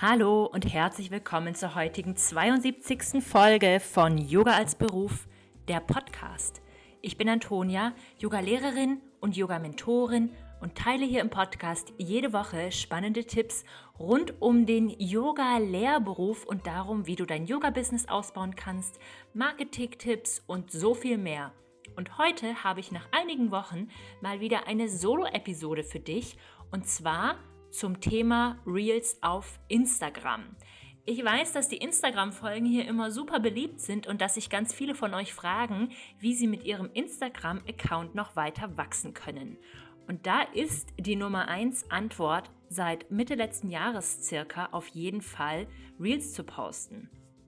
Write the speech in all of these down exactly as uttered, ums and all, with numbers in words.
Hallo und herzlich willkommen zur heutigen zweiundsiebzigsten Folge von Yoga als Beruf, der Podcast. Ich bin Antonia, Yoga-Lehrerin und Yoga-Mentorin und teile hier im Podcast jede Woche spannende Tipps rund um den Yoga-Lehrberuf und darum, wie du dein Yoga-Business ausbauen kannst, Marketing-Tipps und so viel mehr. Und heute habe ich nach einigen Wochen mal wieder eine Solo-Episode für dich und zwar zum Thema Reels auf Instagram. Ich weiß, dass die Instagram-Folgen hier immer super beliebt sind und dass sich ganz viele von euch fragen, wie sie mit ihrem Instagram-Account noch weiter wachsen können. Und da ist die Nummer eins Antwort seit Mitte letzten Jahres circa auf jeden Fall, Reels zu posten.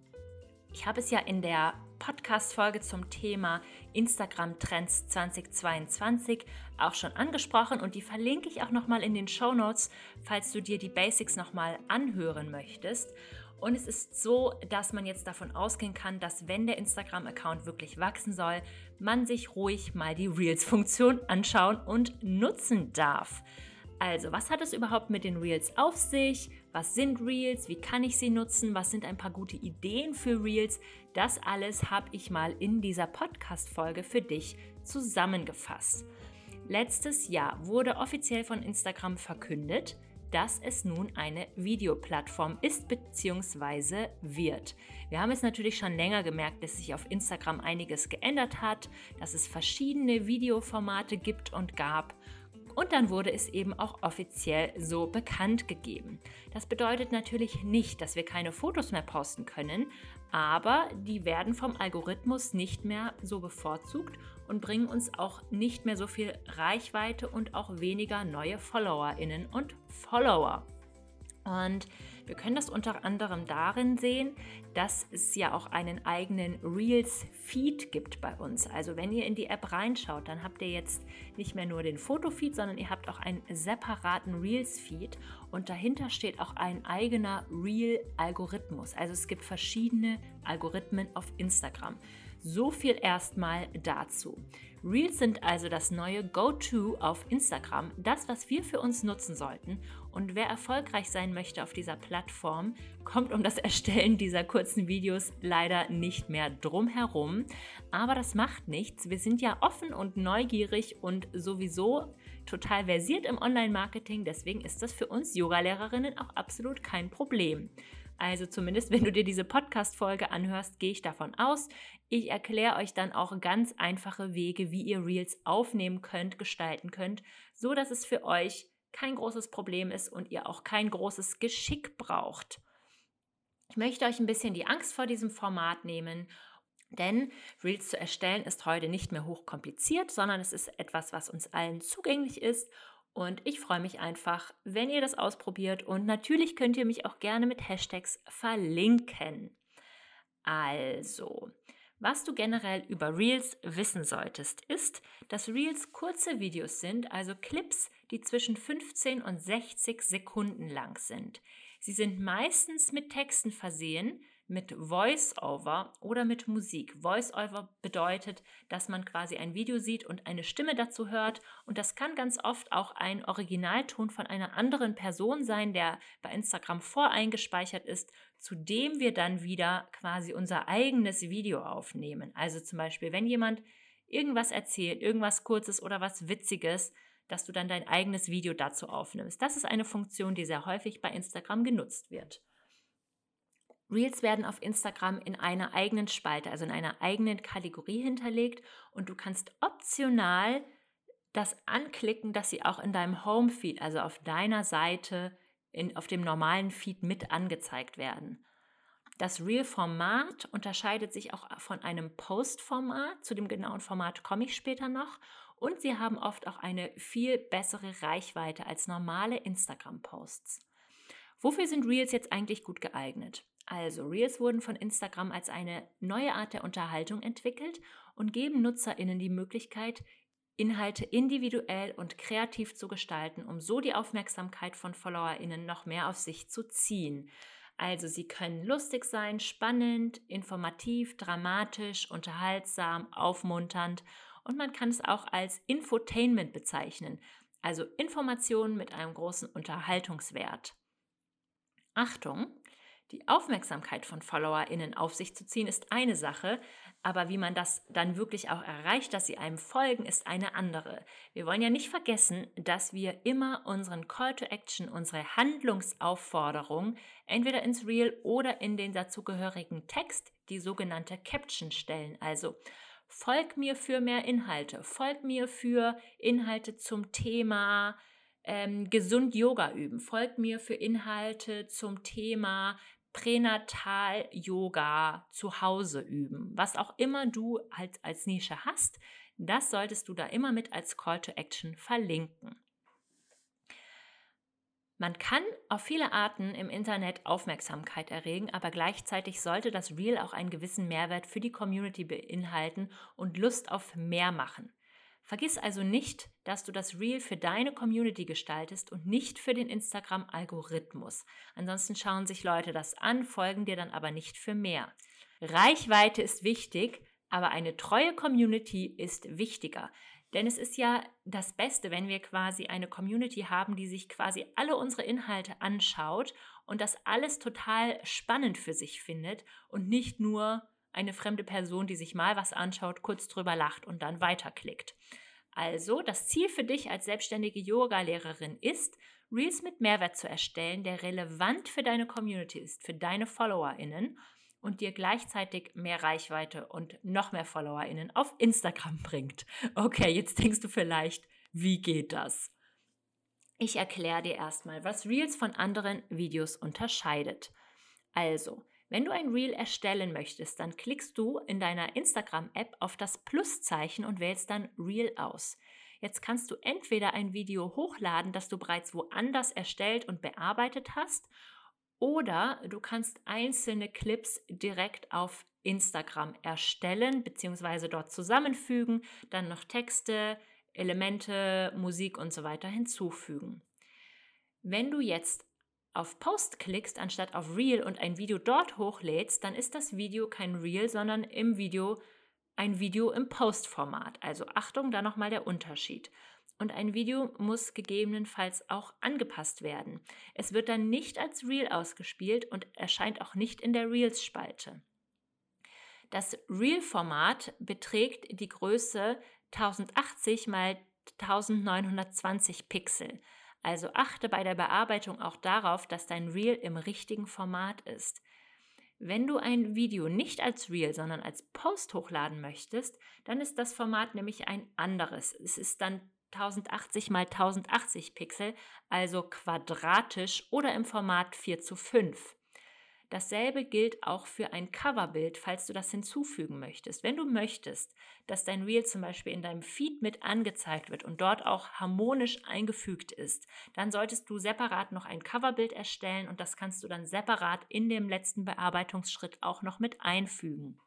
Ich habe es ja in der Podcast-Folge zum Thema Instagram-Trends zweitausendzweiundzwanzig auch schon angesprochen und die verlinke ich auch nochmal in den Shownotes, falls du dir die Basics nochmal anhören möchtest. Und es ist so, dass man jetzt davon ausgehen kann, dass wenn der Instagram-Account wirklich wachsen soll, man sich ruhig mal die Reels-Funktion anschauen und nutzen darf. Also, was hat es überhaupt mit den Reels auf sich? Was sind Reels? Wie kann ich sie nutzen? Was sind ein paar gute Ideen für Reels? Das alles habe ich mal in dieser Podcast-Folge für dich zusammengefasst. Letztes Jahr wurde offiziell von Instagram verkündet, dass es nun eine Videoplattform ist bzw. wird. Wir haben es natürlich schon länger gemerkt, dass sich auf Instagram einiges geändert hat, dass es verschiedene Videoformate gibt und gab. Und dann wurde es eben auch offiziell so bekannt gegeben. Das bedeutet natürlich nicht, dass wir keine Fotos mehr posten können, aber die werden vom Algorithmus nicht mehr so bevorzugt und bringen uns auch nicht mehr so viel Reichweite und auch weniger neue FollowerInnen und Follower. Und wir können das unter anderem darin sehen, dass es ja auch einen eigenen Reels-Feed gibt bei uns. Also wenn ihr in die App reinschaut, dann habt ihr jetzt nicht mehr nur den Fotofeed, sondern ihr habt auch einen separaten Reels-Feed und dahinter steht auch ein eigener Reel-Algorithmus. Also es gibt verschiedene Algorithmen auf Instagram. So viel erstmal dazu. Reels sind also das neue Go-To auf Instagram, das, was wir für uns nutzen sollten. Und wer erfolgreich sein möchte auf dieser Plattform, kommt um das Erstellen dieser kurzen Videos leider nicht mehr drum herum. Aber das macht nichts. Wir sind ja offen und neugierig und sowieso total versiert im Online-Marketing. Deswegen ist das für uns Yogalehrerinnen auch absolut kein Problem. Also zumindest, wenn du dir diese Podcast-Folge anhörst, gehe ich davon aus. Ich erkläre euch dann auch ganz einfache Wege, wie ihr Reels aufnehmen könnt, gestalten könnt, so dass es für euch kein großes Problem ist und ihr auch kein großes Geschick braucht. Ich möchte euch ein bisschen die Angst vor diesem Format nehmen, denn Reels zu erstellen ist heute nicht mehr hochkompliziert, sondern es ist etwas, was uns allen zugänglich ist. Und ich freue mich einfach, wenn ihr das ausprobiert und natürlich könnt ihr mich auch gerne mit Hashtags verlinken. Also, was du generell über Reels wissen solltest, ist, dass Reels kurze Videos sind, also Clips, die zwischen fünfzehn und sechzig Sekunden lang sind. Sie sind meistens mit Texten versehen, mit Voice-Over oder mit Musik. Voice-Over bedeutet, dass man quasi ein Video sieht und eine Stimme dazu hört und das kann ganz oft auch ein Originalton von einer anderen Person sein, der bei Instagram voreingespeichert ist, zu dem wir dann wieder quasi unser eigenes Video aufnehmen. Also zum Beispiel, wenn jemand irgendwas erzählt, irgendwas Kurzes oder was Witziges, dass du dann dein eigenes Video dazu aufnimmst. Das ist eine Funktion, die sehr häufig bei Instagram genutzt wird. Reels werden auf Instagram in einer eigenen Spalte, also in einer eigenen Kategorie hinterlegt und du kannst optional das anklicken, dass sie auch in deinem Home-Feed, also auf deiner Seite, in, auf dem normalen Feed mit angezeigt werden. Das Reel-Format unterscheidet sich auch von einem Post-Format, zu dem genauen Format komme ich später noch und sie haben oft auch eine viel bessere Reichweite als normale Instagram-Posts. Wofür sind Reels jetzt eigentlich gut geeignet? Also, Reels wurden von Instagram als eine neue Art der Unterhaltung entwickelt und geben NutzerInnen die Möglichkeit, Inhalte individuell und kreativ zu gestalten, um so die Aufmerksamkeit von FollowerInnen noch mehr auf sich zu ziehen. Also, sie können lustig sein, spannend, informativ, dramatisch, unterhaltsam, aufmunternd und man kann es auch als Infotainment bezeichnen, also Informationen mit einem großen Unterhaltungswert. Achtung, die Aufmerksamkeit von FollowerInnen auf sich zu ziehen, ist eine Sache, aber wie man das dann wirklich auch erreicht, dass sie einem folgen, ist eine andere. Wir wollen ja nicht vergessen, dass wir immer unseren Call to Action, unsere Handlungsaufforderung, entweder ins Reel oder in den dazugehörigen Text, die sogenannte Caption stellen. Also folg mir für mehr Inhalte, folg mir für Inhalte zum Thema ähm, gesund Yoga üben, folg mir für Inhalte zum Thema Pränatal-Yoga zu Hause üben. Was auch immer du halt als Nische hast, das solltest du da immer mit als Call to Action verlinken. Man kann auf viele Arten im Internet Aufmerksamkeit erregen, aber gleichzeitig sollte das Reel auch einen gewissen Mehrwert für die Community beinhalten und Lust auf mehr machen. Vergiss also nicht, dass du das Reel für deine Community gestaltest und nicht für den Instagram-Algorithmus. Ansonsten schauen sich Leute das an, folgen dir dann aber nicht für mehr. Reichweite ist wichtig, aber eine treue Community ist wichtiger. Denn es ist ja das Beste, wenn wir quasi eine Community haben, die sich quasi alle unsere Inhalte anschaut und das alles total spannend für sich findet und nicht nur eine fremde Person, die sich mal was anschaut, kurz drüber lacht und dann weiterklickt. Also, das Ziel für dich als selbstständige Yoga-Lehrerin ist, Reels mit Mehrwert zu erstellen, der relevant für deine Community ist, für deine FollowerInnen und dir gleichzeitig mehr Reichweite und noch mehr FollowerInnen auf Instagram bringt. Okay, jetzt denkst du vielleicht, wie geht das? Ich erkläre dir erstmal, was Reels von anderen Videos unterscheidet. Also, wenn du ein Reel erstellen möchtest, dann klickst du in deiner Instagram-App auf das Pluszeichen und wählst dann Reel aus. Jetzt kannst du entweder ein Video hochladen, das du bereits woanders erstellt und bearbeitet hast, oder du kannst einzelne Clips direkt auf Instagram erstellen bzw. dort zusammenfügen, dann noch Texte, Elemente, Musik und so weiter hinzufügen. Wenn du jetzt auf Post klickst, anstatt auf Reel und ein Video dort hochlädst, dann ist das Video kein Reel, sondern im Video ein Video im Post-Format. Also Achtung, da nochmal der Unterschied. Und ein Video muss gegebenenfalls auch angepasst werden. Es wird dann nicht als Reel ausgespielt und erscheint auch nicht in der Reels-Spalte. Das Reel-Format beträgt die Größe tausendachtzig mal neunzehnhundertzwanzig Pixel. Also achte bei der Bearbeitung auch darauf, dass dein Reel im richtigen Format ist. Wenn du ein Video nicht als Reel, sondern als Post hochladen möchtest, dann ist das Format nämlich ein anderes. Es ist dann tausendachtzig mal tausendachtzig Pixel, also quadratisch oder im Format vier zu fünf. Dasselbe gilt auch für ein Coverbild, falls du das hinzufügen möchtest. Wenn du möchtest, dass dein Reel zum Beispiel in deinem Feed mit angezeigt wird und dort auch harmonisch eingefügt ist, dann solltest du separat noch ein Coverbild erstellen und das kannst du dann separat in dem letzten Bearbeitungsschritt auch noch mit einfügen.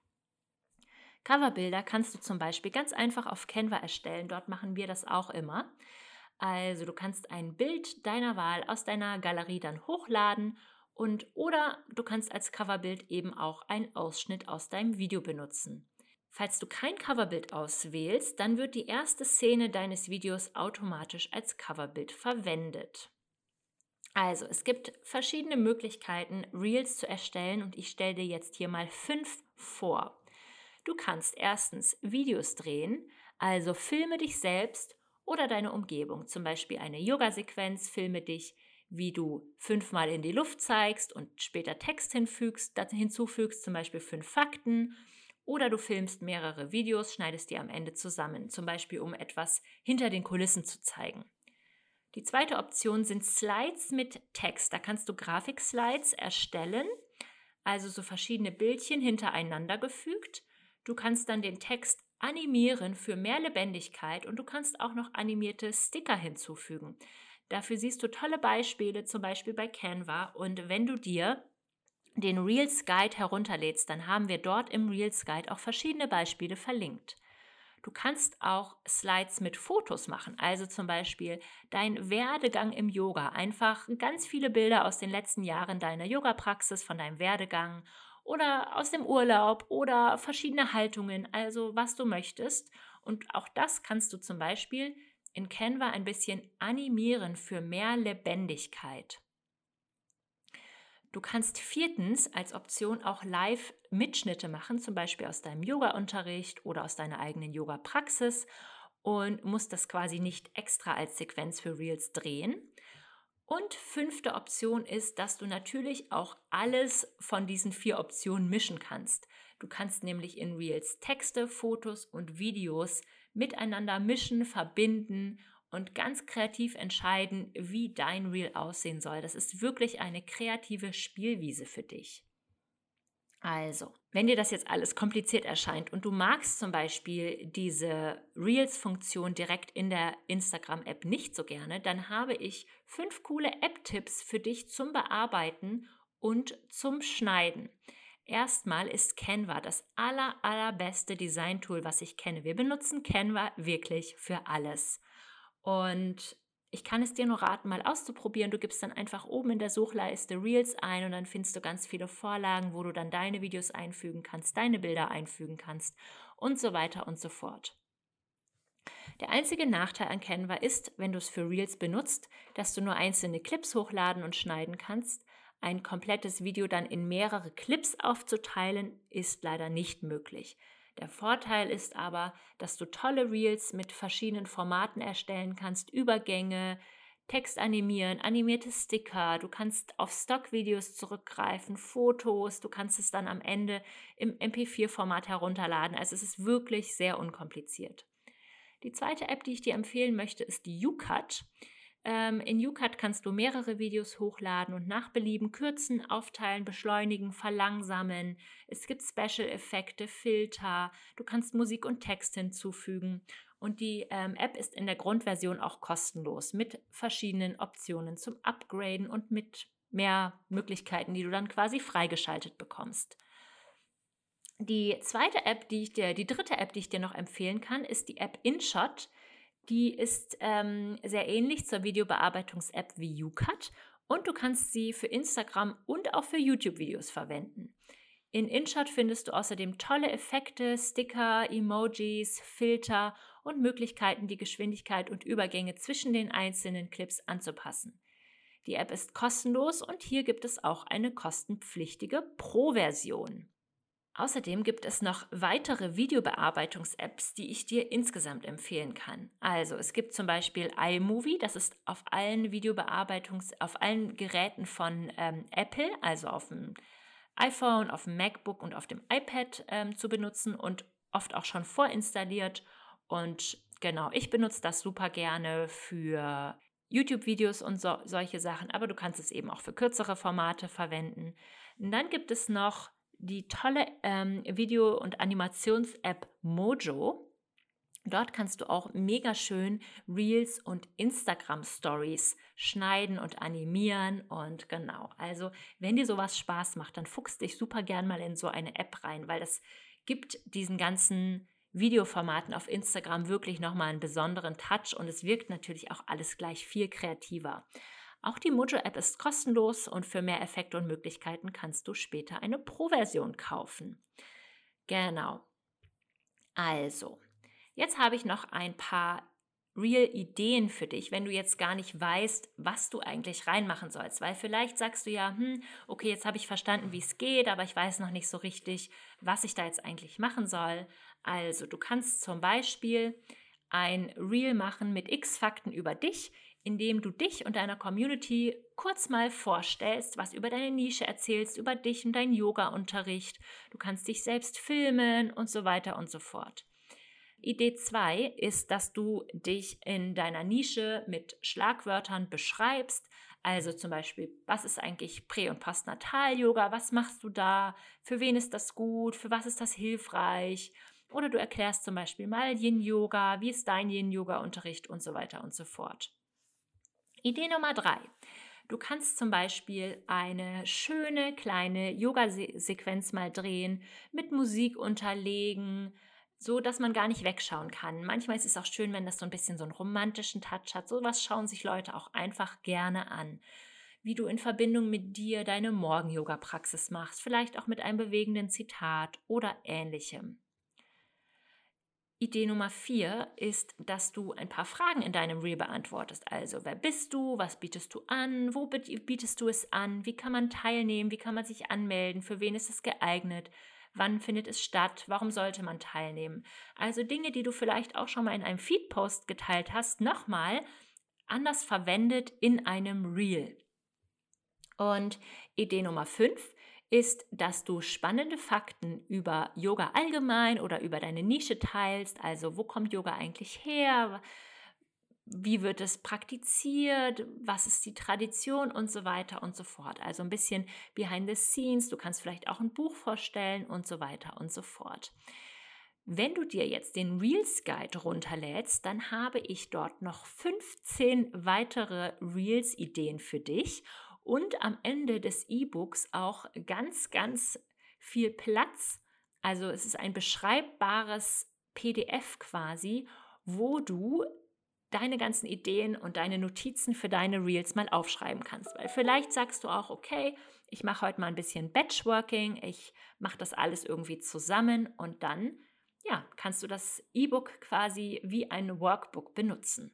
Coverbilder kannst du zum Beispiel ganz einfach auf Canva erstellen, dort machen wir das auch immer. Also du kannst ein Bild deiner Wahl aus deiner Galerie dann hochladen und oder du kannst als Coverbild eben auch einen Ausschnitt aus deinem Video benutzen. Falls du kein Coverbild auswählst, dann wird die erste Szene deines Videos automatisch als Coverbild verwendet. Also, es gibt verschiedene Möglichkeiten, Reels zu erstellen und ich stelle dir jetzt hier mal fünf vor. Du kannst erstens Videos drehen, also filme dich selbst oder deine Umgebung, zum Beispiel eine Yoga-Sequenz, filme dich, wie du fünfmal in die Luft zeigst und später Text hinfügst, hinzufügst, zum Beispiel fünf Fakten. Oder du filmst mehrere Videos, schneidest die am Ende zusammen, zum Beispiel um etwas hinter den Kulissen zu zeigen. Die zweite Option sind Slides mit Text. Da kannst du Grafikslides erstellen, also so verschiedene Bildchen hintereinander gefügt. Du kannst dann den Text animieren für mehr Lebendigkeit und du kannst auch noch animierte Sticker hinzufügen. Dafür siehst du tolle Beispiele, zum Beispiel bei Canva. Und wenn du dir den Reels Guide herunterlädst, dann haben wir dort im Reels Guide auch verschiedene Beispiele verlinkt. Du kannst auch Slides mit Fotos machen, also zum Beispiel dein Werdegang im Yoga. Einfach ganz viele Bilder aus den letzten Jahren deiner Yoga-Praxis, von deinem Werdegang oder aus dem Urlaub oder verschiedene Haltungen, also was du möchtest. Und auch das kannst du zum Beispiel in Canva ein bisschen animieren für mehr Lebendigkeit. Du kannst viertens als Option auch Live-Mitschnitte machen, zum Beispiel aus deinem Yoga-Unterricht oder aus deiner eigenen Yoga-Praxis und musst das quasi nicht extra als Sequenz für Reels drehen. Und fünfte Option ist, dass du natürlich auch alles von diesen vier Optionen mischen kannst. Du kannst nämlich in Reels Texte, Fotos und Videos miteinander mischen, verbinden und ganz kreativ entscheiden, wie dein Reel aussehen soll. Das ist wirklich eine kreative Spielwiese für dich. Also, wenn dir das jetzt alles kompliziert erscheint und du magst zum Beispiel diese Reels-Funktion direkt in der Instagram-App nicht so gerne, dann habe ich fünf coole App-Tipps für dich zum Bearbeiten und zum Schneiden. Erstmal ist Canva das aller, allerbeste Design-Tool, was ich kenne. Wir benutzen Canva wirklich für alles. Und ich kann es dir nur raten, mal auszuprobieren. Du gibst dann einfach oben in der Suchleiste Reels ein und dann findest du ganz viele Vorlagen, wo du dann deine Videos einfügen kannst, deine Bilder einfügen kannst und so weiter und so fort. Der einzige Nachteil an Canva ist, wenn du es für Reels benutzt, dass du nur einzelne Clips hochladen und schneiden kannst. Ein komplettes Video dann in mehrere Clips aufzuteilen, ist leider nicht möglich. Der Vorteil ist aber, dass du tolle Reels mit verschiedenen Formaten erstellen kannst, Übergänge, Text animieren, animierte Sticker, du kannst auf Stockvideos zurückgreifen, Fotos, du kannst es dann am Ende im M P vier Format herunterladen. Also es ist wirklich sehr unkompliziert. Die zweite App, die ich dir empfehlen möchte, ist die YouCut. In YouCut kannst du mehrere Videos hochladen und nach Belieben kürzen, aufteilen, beschleunigen, verlangsamen. Es gibt Special-Effekte, Filter, du kannst Musik und Text hinzufügen. Und die ähm, App ist in der Grundversion auch kostenlos mit verschiedenen Optionen zum Upgraden und mit mehr Möglichkeiten, die du dann quasi freigeschaltet bekommst. Die zweite App, die ich dir, die dritte App, die ich dir noch empfehlen kann, ist die App InShot. Die ist ähm, sehr ähnlich zur Videobearbeitungs-App wie YouCut und du kannst sie für Instagram und auch für YouTube-Videos verwenden. In InShot findest du außerdem tolle Effekte, Sticker, Emojis, Filter und Möglichkeiten, die Geschwindigkeit und Übergänge zwischen den einzelnen Clips anzupassen. Die App ist kostenlos und hier gibt es auch eine kostenpflichtige Pro-Version. Außerdem gibt es noch weitere Videobearbeitungs-Apps, die ich dir insgesamt empfehlen kann. Also es gibt zum Beispiel iMovie, das ist auf allen Videobearbeitungs-, auf allen Geräten von ähm, Apple, also auf dem iPhone, auf dem MacBook und auf dem iPad ähm, zu benutzen und oft auch schon vorinstalliert. Und genau, ich benutze das super gerne für YouTube-Videos und so, solche Sachen, aber du kannst es eben auch für kürzere Formate verwenden. Und dann gibt es noch die tolle ähm, Video- und Animations-App Mojo. Dort kannst du auch mega schön Reels und Instagram-Stories schneiden und animieren. Und genau, also wenn dir sowas Spaß macht, dann fuchst dich super gern mal in so eine App rein, weil das gibt diesen ganzen Videoformaten auf Instagram wirklich nochmal einen besonderen Touch und es wirkt natürlich auch alles gleich viel kreativer. Auch die Mojo-App ist kostenlos und für mehr Effekte und Möglichkeiten kannst du später eine Pro-Version kaufen. Genau. Also, jetzt habe ich noch ein paar Real-Ideen für dich, wenn du jetzt gar nicht weißt, was du eigentlich reinmachen sollst. Weil vielleicht sagst du ja, hm, okay, jetzt habe ich verstanden, wie es geht, aber ich weiß noch nicht so richtig, was ich da jetzt eigentlich machen soll. Also, du kannst zum Beispiel ein Reel machen mit X Fakten über dich, indem du dich und deiner Community kurz mal vorstellst, was über deine Nische erzählst, über dich und deinen Yoga-Unterricht. Du kannst dich selbst filmen und so weiter und so fort. Idee zwei ist, dass du dich in deiner Nische mit Schlagwörtern beschreibst. Also zum Beispiel, was ist eigentlich Prä- und Postnatal-Yoga? Was machst du da? Für wen ist das gut? Für was ist das hilfreich? Oder du erklärst zum Beispiel mal Yin-Yoga, wie ist dein Yin-Yoga-Unterricht und so weiter und so fort. Idee Nummer drei. Du kannst zum Beispiel eine schöne kleine Yoga-Sequenz mal drehen, mit Musik unterlegen, so dass man gar nicht wegschauen kann. Manchmal ist es auch schön, wenn das so ein bisschen so einen romantischen Touch hat. Sowas schauen sich Leute auch einfach gerne an. Wie du in Verbindung mit dir deine Morgen-Yoga-Praxis machst, vielleicht auch mit einem bewegenden Zitat oder Ähnlichem. Idee Nummer vier ist, dass du ein paar Fragen in deinem Reel beantwortest. Also, wer bist du? Was bietest du an? Wo bietest du es an? Wie kann man teilnehmen? Wie kann man sich anmelden? Für wen ist es geeignet? Wann findet es statt? Warum sollte man teilnehmen? Also Dinge, die du vielleicht auch schon mal in einem Feed-Post geteilt hast, nochmal anders verwendet in einem Reel. Und Idee Nummer fünf ist, dass du spannende Fakten über Yoga allgemein oder über deine Nische teilst. Also, wo kommt Yoga eigentlich her? Wie wird es praktiziert? Was ist die Tradition und so weiter und so fort. Also ein bisschen behind the scenes. Du kannst vielleicht auch ein Buch vorstellen und so weiter und so fort. Wenn du dir jetzt den Reels Guide runterlädst, dann habe ich dort noch fünfzehn weitere Reels-Ideen für dich. Und am Ende des E-Books auch ganz, ganz viel Platz. Also es ist ein beschreibbares P D F quasi, wo du deine ganzen Ideen und deine Notizen für deine Reels mal aufschreiben kannst. Weil vielleicht sagst du auch, okay, ich mache heute mal ein bisschen Batchworking, ich mache das alles irgendwie zusammen und dann ja, kannst du das E-Book quasi wie ein Workbook benutzen.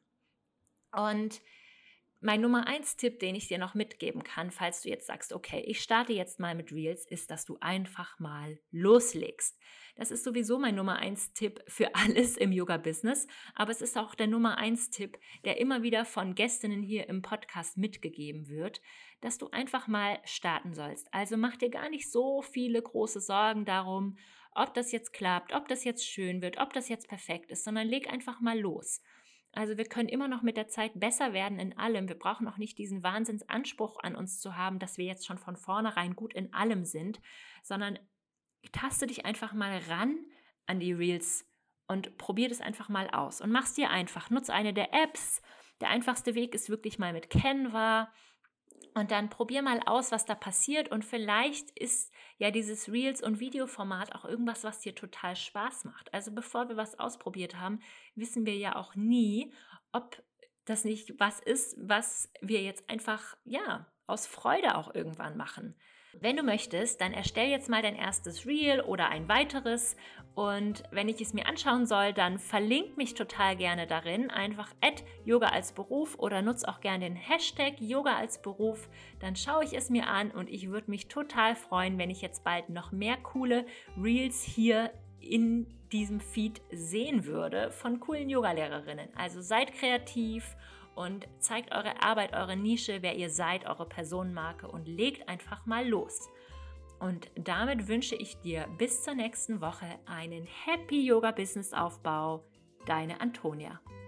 Und mein Nummer eins Tipp, den ich dir noch mitgeben kann, falls du jetzt sagst, okay, ich starte jetzt mal mit Reels, ist, dass du einfach mal loslegst. Das ist sowieso mein Nummer eins Tipp für alles im Yoga-Business, aber es ist auch der Nummer eins Tipp, der immer wieder von Gästinnen hier im Podcast mitgegeben wird, dass du einfach mal starten sollst. Also mach dir gar nicht so viele große Sorgen darum, ob das jetzt klappt, ob das jetzt schön wird, ob das jetzt perfekt ist, sondern leg einfach mal los. Also wir können immer noch mit der Zeit besser werden in allem. Wir brauchen auch nicht diesen Wahnsinnsanspruch an uns zu haben, dass wir jetzt schon von vornherein gut in allem sind, sondern taste dich einfach mal ran an die Reels und probier das einfach mal aus und mach's dir einfach. Nutz eine der Apps. Der einfachste Weg ist wirklich mal mit Canva. Und dann probier mal aus, was da passiert und vielleicht ist ja dieses Reels- und Videoformat auch irgendwas, was dir total Spaß macht. Also bevor wir was ausprobiert haben, wissen wir ja auch nie, ob das nicht was ist, was wir jetzt einfach, ja, aus Freude auch irgendwann machen. Wenn du möchtest, dann erstell jetzt mal dein erstes Reel oder ein weiteres und wenn ich es mir anschauen soll, dann verlink mich total gerne darin, einfach at Yoga als Beruf oder nutz auch gerne den Hashtag Yoga als Beruf, dann schaue ich es mir an und ich würde mich total freuen, wenn ich jetzt bald noch mehr coole Reels hier in diesem Feed sehen würde von coolen Yoga-Lehrerinnen. Also seid kreativ und zeigt eure Arbeit, eure Nische, wer ihr seid, eure Personenmarke und legt einfach mal los. Und damit wünsche ich dir bis zur nächsten Woche einen Happy Yoga Business Aufbau. Deine Antonia.